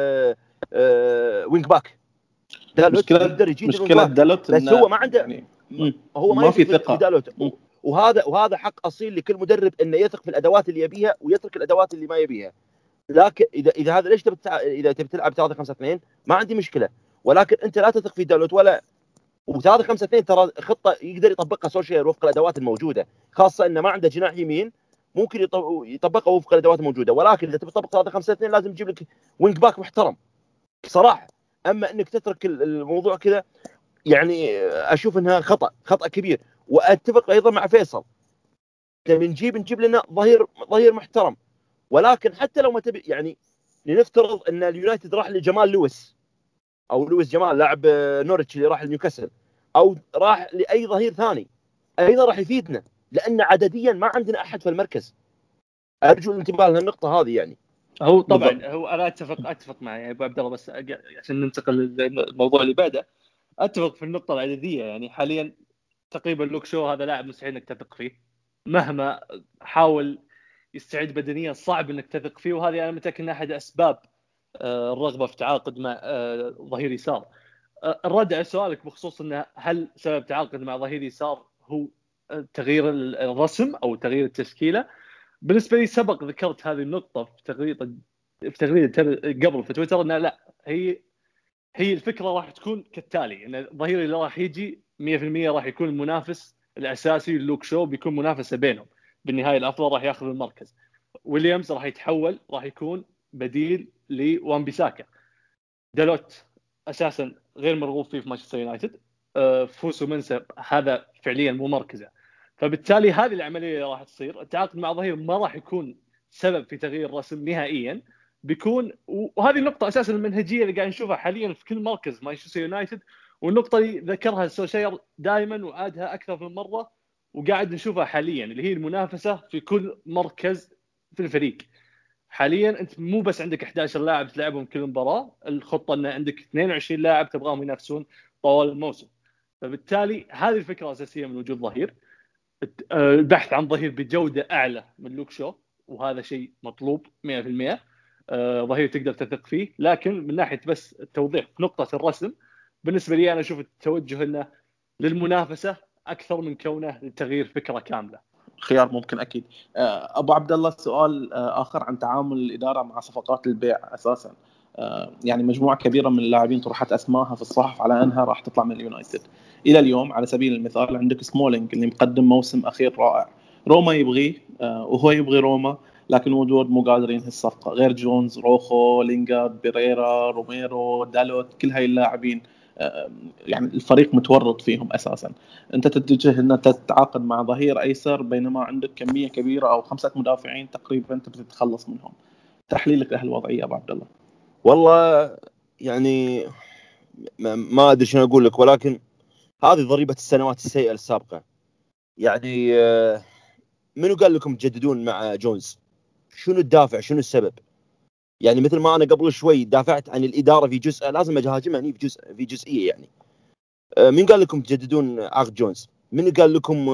وينج باك. دالوت يقدر يجي مشكله دالوت بس هو ما عنده يعني هو ما في ثقه في دالوت. وهذا حق اصيل لكل مدرب انه يثق في الادوات اللي يبيها ويترك الادوات اللي ما يبيها. لكن اذا هذا ليش اذا تبي تلعب 3-5-2 ما عندي مشكله، ولكن انت لا تثق في دالوت ولا. و3-5-2 ترى خطه يقدر يطبقها سولشاير وفق الادوات الموجوده، خاصه انه ما عنده جناح يمين ممكن يطبقها وفق الادوات الموجوده. ولكن اذا تبي تطبق 3-5-2 لازم تجيب لك وينج باك محترم صراحه. اما انك تترك الموضوع كذا يعني اشوف انها خطا كبير. واتفق ايضا مع فيصل، نجيب لنا ظهير محترم، ولكن حتى لو ما تبي يعني لنفترض ان اليونايتد راح لجمال لويس او لويس جمال لاعب نورتش اللي راح لنيوكاسل، او راح لاي ظهير ثاني، ايضا راح يفيدنا لان عدديا ما عندنا احد في المركز. ارجو الانتباه للنقطه هذه يعني. هو طبعا هو انا اتفق معي يا ابو عبد الله، بس عشان ننتقل للموضوع اللي بعده، اتفق في النقطه العدديه. يعني حاليا تقريبا لوك شو هذا لاعب مستحيل انك تثق فيه مهما حاول يستعد بدنيا، صعب انك تثق فيه. وهذه انا متاكد انها احد اسباب الرغبه في التعاقد مع ظهير يسار. الرد على سؤالك بخصوص انه هل سبب تعاقد مع ظهير يسار هو تغيير الرسم او تغيير التشكيله، بالنسبه لي سبق ذكرت هذه النقطه في تغريده قبل في تويتر، انه لا، هي هي الفكره راح تكون كالتالي، ان الظهير اللي راح يجي 100% راح يكون المنافس الاساسي لوك شو، بيكون منافسه بينهم بالنهايه، الافضل راح ياخذ المركز. ويليامز راح يتحول، راح يكون بديل لوان بيساكا. دالوت اساسا غير مرغوب فيه في مانشستر يونايتد، فوسو منسى هذا فعليا مو مركزه. فبالتالي هذه العمليه اللي راح تصير، التعاقد مع ظهير ما راح يكون سبب في تغيير الرسم نهائيا، بيكون وهذه النقطه اساسا المنهجيه اللي قاعد نشوفها حاليا في كل مركز مانشستر يونايتد، والنقطه اللي ذكرها سوشير دائما وعادها اكثر من مره، وقاعد نشوفها حاليا، اللي هي المنافسه في كل مركز في الفريق. حاليا انت مو بس عندك 11 لاعب تلعبهم كل مباراه، الخطه ان عندك 22 لاعب تبغاهم ينافسون طوال الموسم. فبالتالي هذه الفكره الاساسيه من وجود ظهير، البحث عن ظهير بجوده اعلى من لوك شو، وهذا شيء مطلوب 100%. ظهير تقدر تثق فيه، لكن من ناحيه بس التوضيح في نقطه الرسم، بالنسبه لي انا اشوف التوجه انه للمنافسه اكثر من كونه لتغيير فكره كامله. خيار ممكن اكيد. ابو عبد الله، سؤال اخر عن تعامل الاداره مع صفقات البيع اساسا. يعني مجموعه كبيره من اللاعبين طرحت اسمائها في الصحف على انها راح تطلع من اليونايتد الى اليوم. على سبيل المثال عندك سمولينج اللي مقدم موسم اخير رائع، روما يبغيه وهو يبغي روما، لكن وجود مو قادرين هالصفقه. غير جونز، روخو، لينغارد، بيريرا، روميرو، دالوت، كل هاي اللاعبين يعني الفريق متورط فيهم اساسا. انت تتجه ان انت تتعاقد مع ظهير ايسر بينما عندك كميه كبيره او 5 مدافعين تقريبا انت بتتخلص منهم. تحليلك لهالوضعيه ابو عبد الله؟ والله يعني ما ادري شنو اقول لك، ولكن هذه ضريبه السنوات السيئه السابقه. يعني منو قال لكم تجددون مع جونز؟ شنو الدافع؟ شنو السبب؟ يعني مثل ما انا قبل شوي دافعت عن الاداره في جزء، لازم اهاجمها هني في جزئيه. يعني مين قال لكم تجددون عقد جونز؟ من قال لكم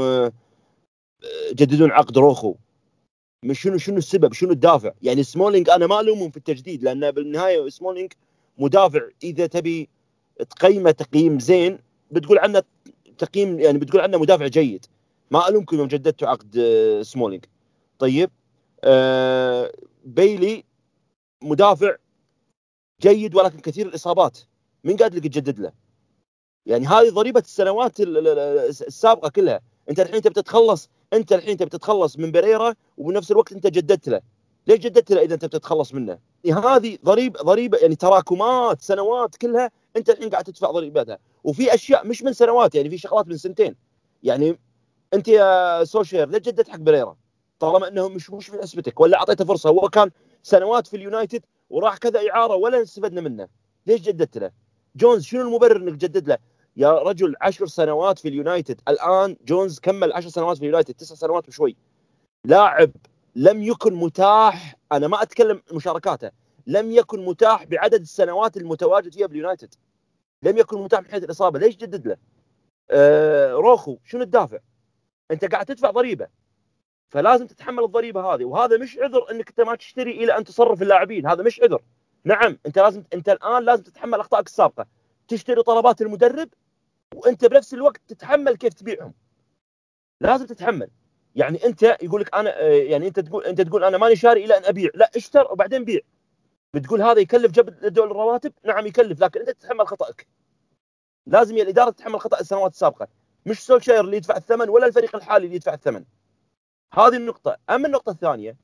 جددون عقد روخو؟ من شنو السبب؟ شنو الدافع؟ يعني سمولينج انا ما الومهم في التجديد، لان بالنهايه سمولينج مدافع اذا تبي تقيمه تقييم زين بتقول عنه تقييم، يعني بتقول عنه مدافع جيد. ما الومكم يوم جددتوا عقد سمولينج. طيب بيلي مدافع جيد ولكن كثير الاصابات، من قاعد لك تجدد له؟ يعني هذه ضريبه السنوات السابقه كلها. انت الحين تبي تتخلص من بريرا، وبنفس الوقت انت جددت له. ليش جددت له اذا انت بتتخلص منه؟ هذه ضريبه يعني تراكمات سنوات كلها انت الحين قاعد تدفع ضريبتها. وفي اشياء مش من سنوات، يعني في شغلات من سنتين. يعني انت يا سوشير ليش جددت حق بريرا طالما انه مش من حسبتك، ولا اعطيته فرصه؟ هو كان سنوات في اليونايتد وراح كذا اعاره ولا استفدنا منه، ليش جددت له؟ جونز شنو المبرر انك تجدد له؟ يا رجل 10 سنوات في اليونايتد، الان جونز كمل 10 سنوات في اليونايتد، 9 سنوات وشوي. لاعب لم يكن متاح، انا ما اتكلم مشاركاته، لم يكن متاح بعدد السنوات المتواجد فيها باليونايتد، لم يكن متاح من حيث الاصابه، ليش جدد له؟ روخو شنو الدافع؟ انت قاعد تدفع ضريبه، فلازم تتحمل الضريبه هذه. وهذا مش عذر انك انت ما تشتري الى ان تصرف اللاعبين، هذا مش عذر. نعم انت الان لازم تتحمل اخطائك السابقه، تشتري طلبات المدرب وانت بنفس الوقت تتحمل كيف تبيعهم. لازم تتحمل. يعني انت يقول لك انا يعني انت تقول انا ماني شاري الى ان ابيع، لا اشتر وبعدين بيع. بتقول هذا يكلف جدول الرواتب، نعم يكلف، لكن انت تتحمل خطأك. لازم هي الاداره تتحمل خطأ السنوات السابقه، مش سولشاير اللي يدفع الثمن ولا الفريق الحالي اللي يدفع الثمن. هذه النقطه. اما النقطه الثانيه،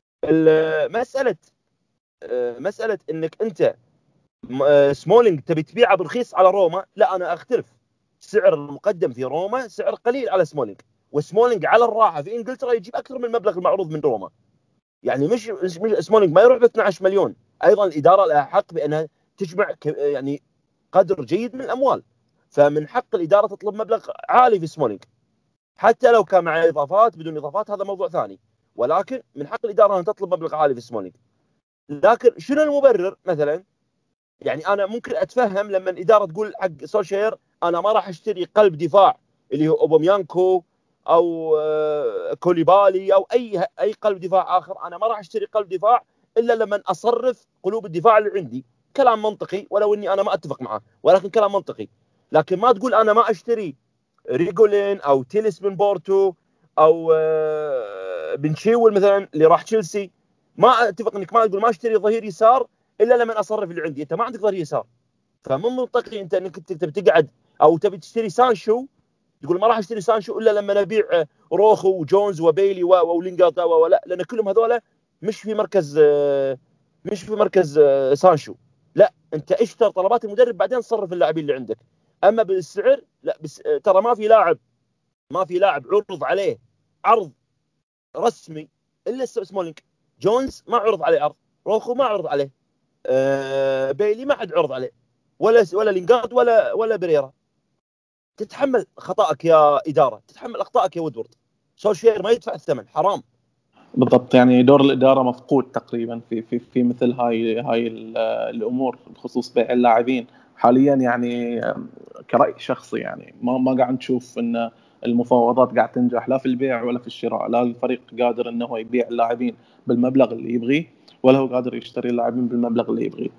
مساله انك انت سمولينج تبي تبيعه برخيص على روما، لا انا اختلف. سعر المقدم في روما سعر قليل على سمولينج، وسمولينج على الراحه في انجلترا يجيب اكثر من المبلغ المعروض من روما. يعني مش سمولينج ما يروح ب 12 مليون. ايضا الاداره لها حق بانها تجمع يعني قدر جيد من الاموال، فمن حق الاداره تطلب مبلغ عالي في سمولينج، حتى لو كان مع اضافات بدون اضافات هذا موضوع ثاني، ولكن من حق الاداره ان تطلب مبلغ عالي في سمولينج. لكن شنو المبرر مثلا؟ يعني انا ممكن اتفهم لما الاداره تقول حق سولشاير انا ما راح اشتري قلب دفاع اللي هو اوباميانكو او كوليبالي او اي قلب دفاع اخر، انا ما راح اشتري قلب دفاع الا لما اصرف قلوب الدفاع اللي عندي. كلام منطقي ولو اني انا ما اتفق معه، ولكن كلام منطقي. لكن ما تقول انا ما اشتري ريجولين او تيلس من بورتو او بن شيول مثلا اللي راح تشيلسي. ما اتفق انك ما تقول ما اشتري ظهير يسار الا لما اصرف اللي عندي. انت ما عندك ظهير يسار، فمن منطقي انت انك تبي تقعد او تبي تشتري سانشو، تقول ما راح اشتري سانشو الا لما نبيع روخو وجونز وبيلي ولينغارد ولا، لان كلهم هذول مش في مركز سانشو. لا، انت اشتر طلبات المدرب بعدين صرف اللاعبين اللي عندك. اما بالسعر لا، ترى ما في لاعب عرض عليه عرض رسمي الا سمولينج. جونز ما عرض عليه عرض، روخو ما عرض عليه، بيلي ما حد عرض عليه، ولا لينغارد ولا بريرا. تتحمل خطأك يا إدارة، تتحمل أخطائك يا وودورد. سولشير ما يدفع الثمن، حرام. بالضبط، يعني دور الإدارة مفقود تقريبا في مثل هاي الأمور بخصوص بيع اللاعبين حاليا. يعني كرأي شخصي يعني ما قاعد نشوف ان المفاوضات قاعد تنجح لا في البيع ولا في الشراء. لا الفريق قادر انه يبيع اللاعبين بالمبلغ اللي يبغيه، ولا هو قادر يشتري اللاعبين بالمبلغ اللي يبغيه.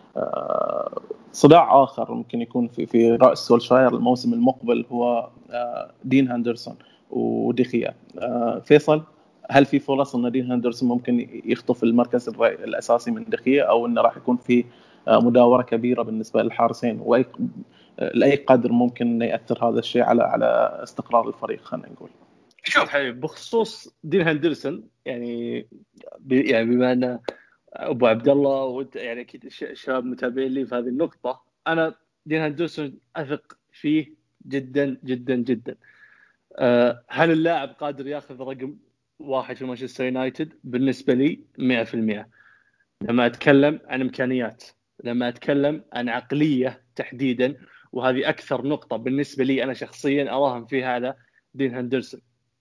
صداع آخر ممكن يكون في رأس سولشاير الموسم المقبل هو دين هندرسون وديخيا. فيصل، هل في فرص ان دين هندرسون ممكن يخطف المركز الاساسي من دخية، او انه راح يكون في مداوره كبيره بالنسبه للحارسين، لاي قدر ممكن ياثر هذا الشيء على استقرار الفريق؟ خلينا نقول شوف حبيبي، بخصوص دين هندرسون يعني بما ان ابو عبد الله وانت يعني اكيد الشباب متابعين لي في هذه النقطه، انا دين هندرسون اثق فيه جدا جدا جدا. هل اللاعب قادر ياخذ رقم واحد في مانشستر يونايتد؟ بالنسبه لي 100%. لما اتكلم عن امكانيات، لما اتكلم عن عقليه تحديدا، وهذه اكثر نقطه بالنسبه لي انا شخصيا اراهن فيها على دين هندرسون.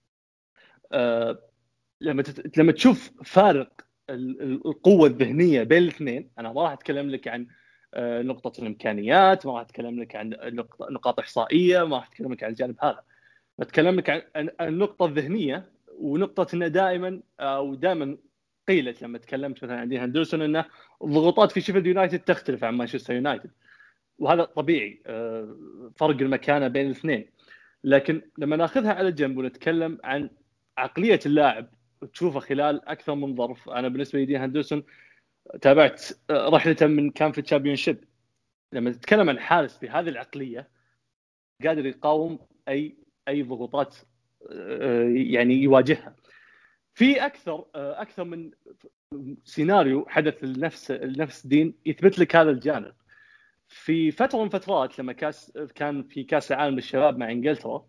لما تشوف فارق القوه الذهنيه بين الاثنين، انا ما راح اتكلم لك عن نقطه الامكانيات، ما راح اتكلم لك عن نقاط احصائيه، ما راح اتكلم لك عن الجانب هذا. بتكلم لك عن النقطه الذهنيه، ونقطه انه دائما قيلت لما تكلمت مثلا عن دين هندرسون انه الضغوطات في شيفيلد يونايتد تختلف عن مانشستر يونايتد، وهذا طبيعي، فرق المكانه بين الاثنين. لكن لما ناخذها على جنب ونتكلم عن عقليه اللاعب وتشوفه خلال اكثر من ظرف، انا بالنسبه لي دين هندرسون تابعت رحلته من كان في الشامبيونشيب. لما تتكلم عن حارس بهذه العقليه قادر يقاوم اي ضغوطات يعني يواجهها. في اكثر من سيناريو حدث لنفس دين يثبت لك هذا الجانب. في فتره من فترات لما كان في كاس العالم للشباب مع انجلترا،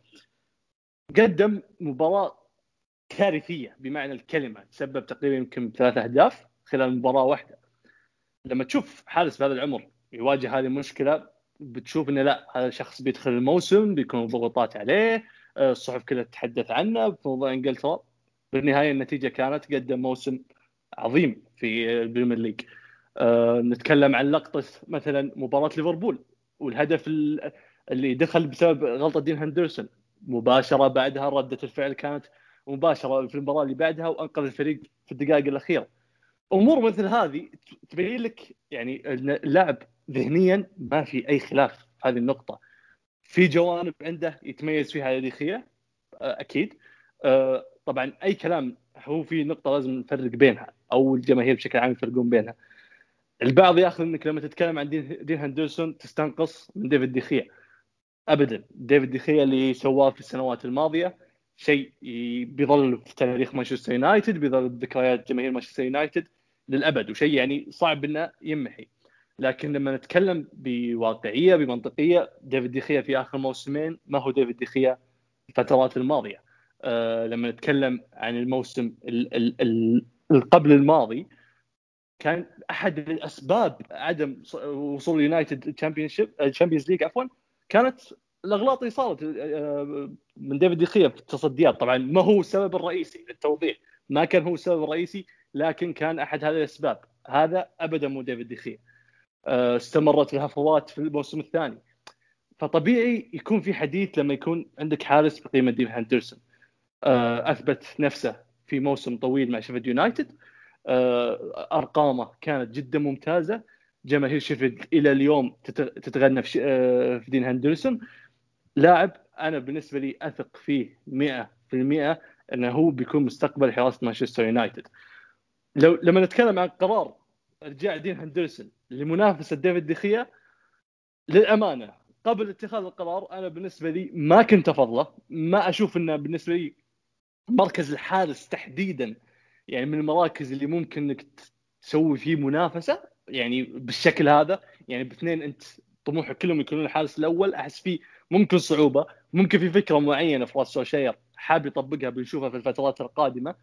قدم مباراه كارثيه بمعنى الكلمه، تسبب تقريبا يمكن 3 أهداف خلال مباراه واحده. لما تشوف حارس بهذا العمر يواجه هذه المشكله، بتشوف انه لا، هذا شخص بيدخل الموسم بيكون ضغوطات عليه، الصحف كلها تتحدث عنه في موضوع انجلترا. بالنهايه النتيجه كانت قدم موسم عظيم في البريمير ليج. نتكلم عن لقطه مثلا مباراه ليفربول والهدف اللي دخل بسبب غلطه دين هندرسون، مباشره بعدها رده الفعل كانت مباشره في المباراه اللي بعدها وانقذ الفريق في الدقائق الاخيره. امور مثل هذه تبين لك يعني اللاعب ذهنيا ما في اي خلاف في هذه النقطه. في جوانب عنده يتميز فيها ديخيا اكيد. طبعا اي كلام، هو في نقطه لازم نفرق بينها، او الجماهير بشكل عام يفرقون بينها. البعض ياخذ انك لما تتكلم عن دين هندرسون تستنقص من ديفيد ديخيا. ابدا، ديفيد ديخيا اللي سواه في السنوات الماضيه شيء بيظل في تاريخ مانشستر يونايتد، بيظل بذكريات جماهير مانشستر يونايتد للابد، وشيء يعني صعب انه يمحي. لكن لما نتكلم بواقعيه بمنطقيه، ديفيد ديخيا في اخر موسمين ما هو ديفيد ديخيا الفترات الماضيه. لما نتكلم عن الموسم قبل الماضي، كان احد الاسباب عدم وصول يونايتد الشامبيونز ليج كانت الاغلاط اللي صارت من ديفيد ديخيا في التصديات. طبعا ما هو السبب الرئيسي، للتوضيح ما كان هو السبب الرئيسي، لكن كان احد هذه الاسباب. هذا ابدا مو ديفيد ديخيا. استمرت الهفوات في الموسم الثاني. فطبيعي يكون في حديث لما يكون عندك حارس بقيمه دين هندرسون اثبت نفسه في موسم طويل مع شيفيلد يونايتد، ارقامه كانت جدا ممتازه. جماهير شيفيلد الى اليوم تتغنى في دين هندرسون. لاعب انا بالنسبه لي اثق فيه 100% انه هو بيكون مستقبل حراسه مانشستر يونايتد. لما نتكلم عن قرار ارجاع دين هندرسون لمنافسه ديفيد ديخيا، للامانه قبل اتخاذ القرار انا بالنسبه لي ما كنت افضله. ما اشوف انه بالنسبه لي مركز الحارس تحديدا يعني من المراكز اللي ممكن انك تسوي فيه منافسه يعني بالشكل هذا. يعني باثنين انت طموحك كلهم يكونون الحارس الاول، احس فيه ممكن صعوبه. ممكن في فكره معينه في راس سولشاير حاب يطبقها بنشوفها في الفترات القادمه.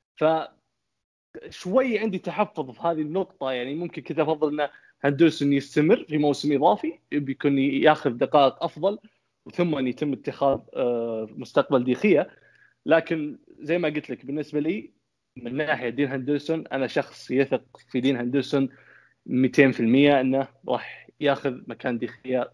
فشوي عندي تحفظ في هذه النقطه. يعني ممكن كذا افضل ان هندرسون يستمر في موسم اضافي بيكون ياخذ دقائق افضل ثم أن يتم اتخاذ مستقبل ديخية. لكن زي ما قلت لك بالنسبة لي من ناحية دين هندرسون أنا شخص يثق في دين هندرسون 200% أنه راح ياخذ مكان ديخية.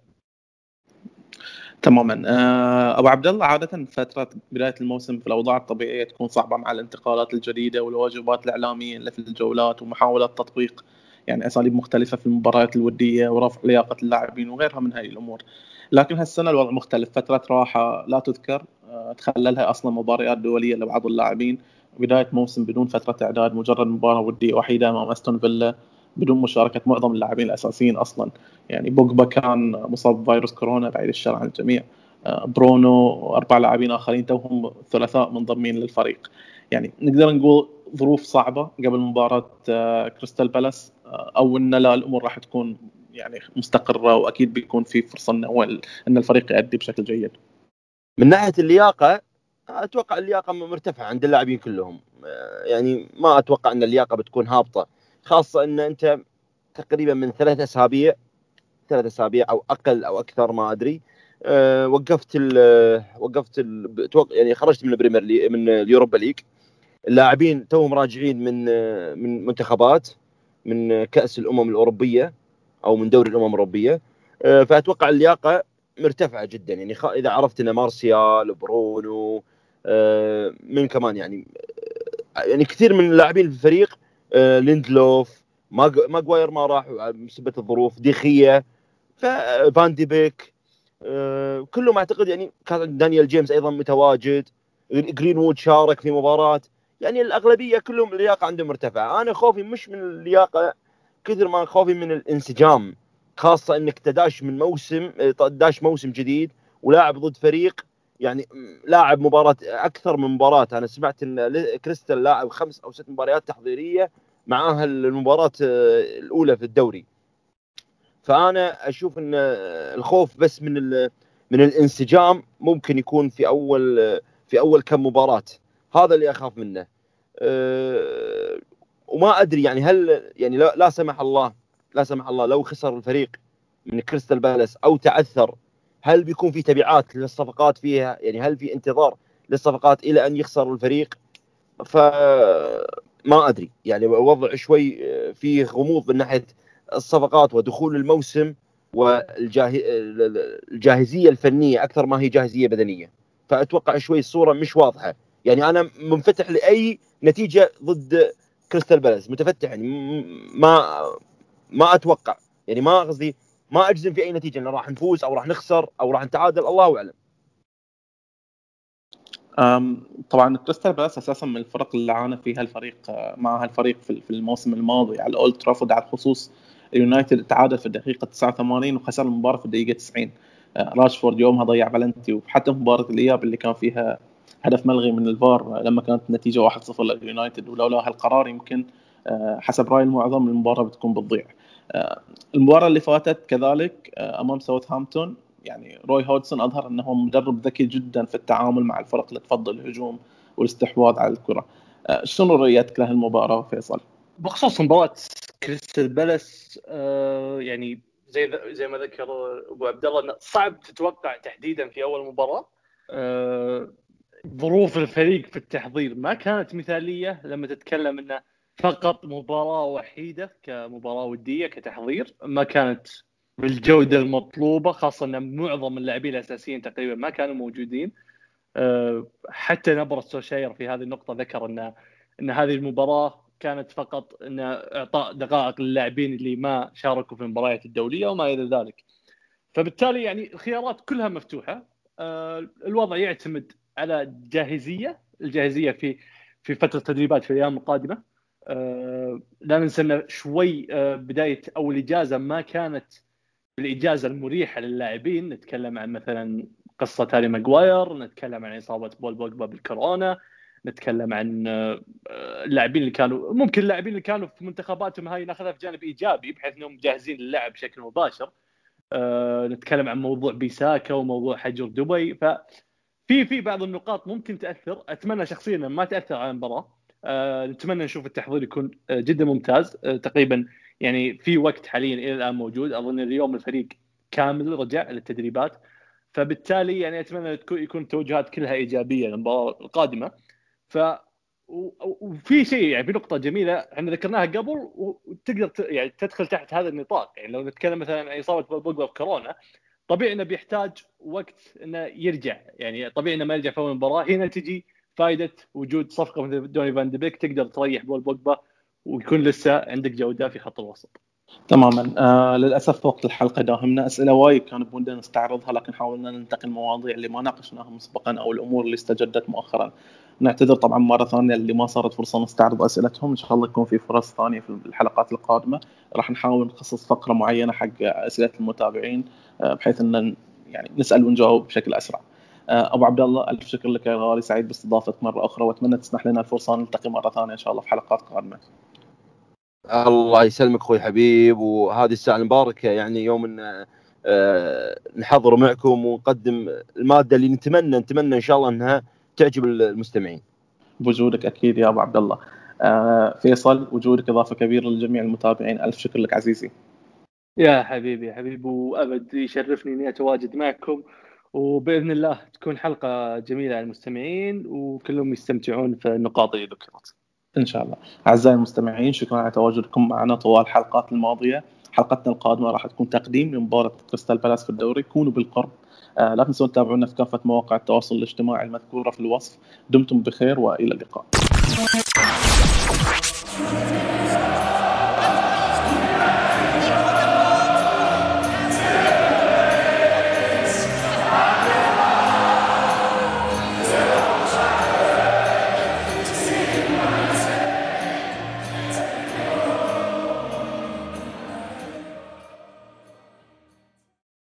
تماما. ابو عبد الله، عاده فتره بدايه الموسم في الاوضاع الطبيعيه تكون صعبه مع الانتقالات الجديده والواجبات الاعلاميه اللي في الجولات ومحاوله تطبيق يعني اساليب مختلفه في المباريات الوديه ورفع لياقه اللاعبين وغيرها من هذه الامور. لكن هالسنه الوضع مختلف، فتره راحه لا تذكر تخللها اصلا مباريات دوليه لبعض اللاعبين، بدايه موسم بدون فتره اعداد، مجرد مباراه وديه وحيده امام استون فيلا بدون مشاركه معظم اللاعبين الاساسيين اصلا. يعني بوجبا كان مصاب بفيروس كورونا بعيد الشر عن الجميع، برونو واربع لاعبين اخرين توهم ثلاثاء منضمين للفريق. يعني نقدر نقول ظروف صعبه قبل مباراه كريستال بالاس، او ان لا الامور راح تكون يعني مستقره واكيد بيكون في فرصه ان الفريق يؤدي بشكل جيد. من ناحيه اللياقه اتوقع اللياقه مرتفعه عند اللاعبين كلهم. يعني ما اتوقع ان اللياقه بتكون هابطه، خاصه ان انت تقريبا من 3 اسابيع او اقل او اكثر ما ادري وقفت يعني خرجت من البريمير ليج، من اليوروبا ليج. اللاعبين توهم راجعين من منتخبات، من كأس الأمم الأوروبية أو من دوري الأمم الأوروبية. فأتوقع اللياقة مرتفعة جدا. يعني إذا عرفت أن مارسيال، برونو، من كمان يعني كثير من اللاعبين في الفريق، ليندلوف، ماغواير ما راح بسبب الظروف، ديخية، فان دي بيك، كلهم اعتقد. يعني كان دانيال جيمس ايضا متواجد، جرينوود شارك في مباراة. يعني الاغلبيه كلهم اللياقه عندهم مرتفعه. انا خوفي مش من اللياقه كثر ما خوفي من الانسجام، خاصه انك تداش من موسم داش موسم جديد ولاعب ضد فريق يعني لاعب مباراه اكثر من مباراه. انا سمعت ان كريستال لاعب 5 أو 6 مباريات تحضيريه معاها المباراه الاولى في الدوري. فانا اشوف ان الخوف بس من الانسجام ممكن يكون في اول كم مباراه. هذا اللي اخاف منه. وما ادري يعني هل يعني لا سمح الله لو خسر الفريق من كريستال بالاس او تعثر، هل بيكون في تبعات للصفقات فيها؟ يعني هل في انتظار للصفقات الى ان يخسر الفريق؟ فما ادري. يعني وضع شوي فيه غموض من ناحيه الصفقات ودخول الموسم والجاهزيه الفنيه اكثر ما هي جاهزيه بدنيه. فاتوقع شوي الصوره مش واضحه. يعني انا منفتح لاي نتيجه ضد كريستال بالاس، متفتح. يعني ما اتوقع، يعني ما قصدي ما اجزم في اي نتيجه انه راح نفوز او راح نخسر او راح نتعادل، الله اعلم. طبعا كريستال بالاس اساسا من الفرق اللي عانى فيها الفريق مع هالفريق في الموسم الماضي على اولد ترافورد. على الخصوص اليونايتد تعادل في الدقيقه 89 وخسر المباراه في الدقيقه 90. راشفورد يومها ضيع بلنتي، وحتى مباراه الاياب اللي كان فيها هدف ملغي من الفار لما كانت النتيجه 1-0 لليونايتد، ولولا هالقرار يمكن حسب راي المعظم المباراه بتكون بتضيع. المباراه اللي فاتت كذلك امام ساوثهامبتون، يعني روي هودسون أظهر أنه مدرب ذكي جدا في التعامل مع الفرق اللي تفضل الهجوم والاستحواذ على الكرة. شنو رؤيتك لهالمباراة فيصل؟ بخصوص مباراة كريستال بالاس يعني زي ما ذكر ابو عبد الله انه صعب تتوقع تحديدا في اول مباراة. ظروف الفريق في التحضير ما كانت مثالية. لما تتكلم انه فقط مباراة وحيدة كمباراة ودية كتحضير ما كانت بالجودة المطلوبة، خاصة ان معظم اللاعبين الاساسيين تقريبا ما كانوا موجودين. حتى نبرة سوشاير في هذه النقطة ذكر ان هذه المباراة كانت فقط ان اعطاء دقائق للاعبين اللي ما شاركوا في المباريات الدولية وما الى ذلك. فبالتالي يعني الخيارات كلها مفتوحة. الوضع يعتمد على الجاهزية في فترة التدريبات في الأيام القادمة. لا ننسى أن شوي بداية أو الإجازة ما كانت بالاجازه المريحه للاعبين. نتكلم عن مثلا قصه هاري ماغواير، نتكلم عن اصابه بول بوجبا بالكورونا، نتكلم عن اللاعبين اللي كانوا ممكن اللاعبين اللي كانوا في منتخباتهم هاي ناخذها في جانب ايجابي بحيث انهم جاهزين للعب بشكل مباشر. نتكلم عن موضوع بيساكا وموضوع حجر دبي. في بعض النقاط ممكن تاثر، اتمنى شخصيا ما تاثر على المباراه. نتمنى نشوف التحضير يكون جدا ممتاز. تقريبا يعني في وقت حاليا الى الان موجود، اظن اليوم الفريق كامل رجع للتدريبات، فبالتالي يعني اتمنى يكون التوجهات كلها ايجابيه للمباراه القادمه. ف وفي شيء يعني في نقطه جميله احنا ذكرناها قبل وتقدر يعني تدخل تحت هذا النطاق. يعني لو نتكلم مثلا عن اصابه بوجبا بكورونا، طبيعي انه بيحتاج وقت انه يرجع، يعني طبيعي انه ما يرجع في المباراه. هنا تجي فائده وجود صفقه مثل دوني فان دي بيك تقدر تريح بول بوجبا ويكون لسه عندك جوده في خط الوسط. تماما. للاسف وقت الحلقه داهمنا، اسئله وايد كان بودنا نستعرضها لكن حاولنا ننتقل المواضيع اللي ما ناقشناها مسبقا او الامور اللي استجدت مؤخرا. نعتذر طبعا مره ثانيه اللي ما صارت فرصه نستعرض اسئلتهم، ان شاء الله يكون في فرص ثانيه في الحلقات القادمه. راح نحاول نخصص فقره معينه حق اسئله المتابعين بحيث ان يعني نسال ونجاوب بشكل اسرع. ابو عبد الله، الف شكر لك يا غالي، سعيد باستضافتك مره اخرى واتمنى تسنح لنا الفرصه نلتقي مره ثانيه ان شاء الله في حلقات قادمه. الله يسلمك اخوي حبيب، وهذه الساعه المباركه يعني يوم ان نحضر معكم ونقدم الماده اللي نتمنى ان شاء الله انها تعجب المستمعين. بوجودك اكيد يا ابو عبد الله. فيصل، وجودك اضافه كبيره لجميع المتابعين، الف شكر لك عزيزي. يا حبيبي وابد يشرفني اني اتواجد معكم، وباذن الله تكون حلقه جميله على المستمعين وكلهم يستمتعون في النقاط اللي ذكرت ان شاء الله. اعزائي المستمعين، شكرا على تواجدكم معنا طوال الحلقات الماضيه. حلقتنا القادمه راح تكون تقديم لمباراه كريستال بالاس في الدوري، كونوا بالقرب. لا تنسون تتابعونا في كافه مواقع التواصل الاجتماعي المذكوره في الوصف. دمتم بخير والى اللقاء.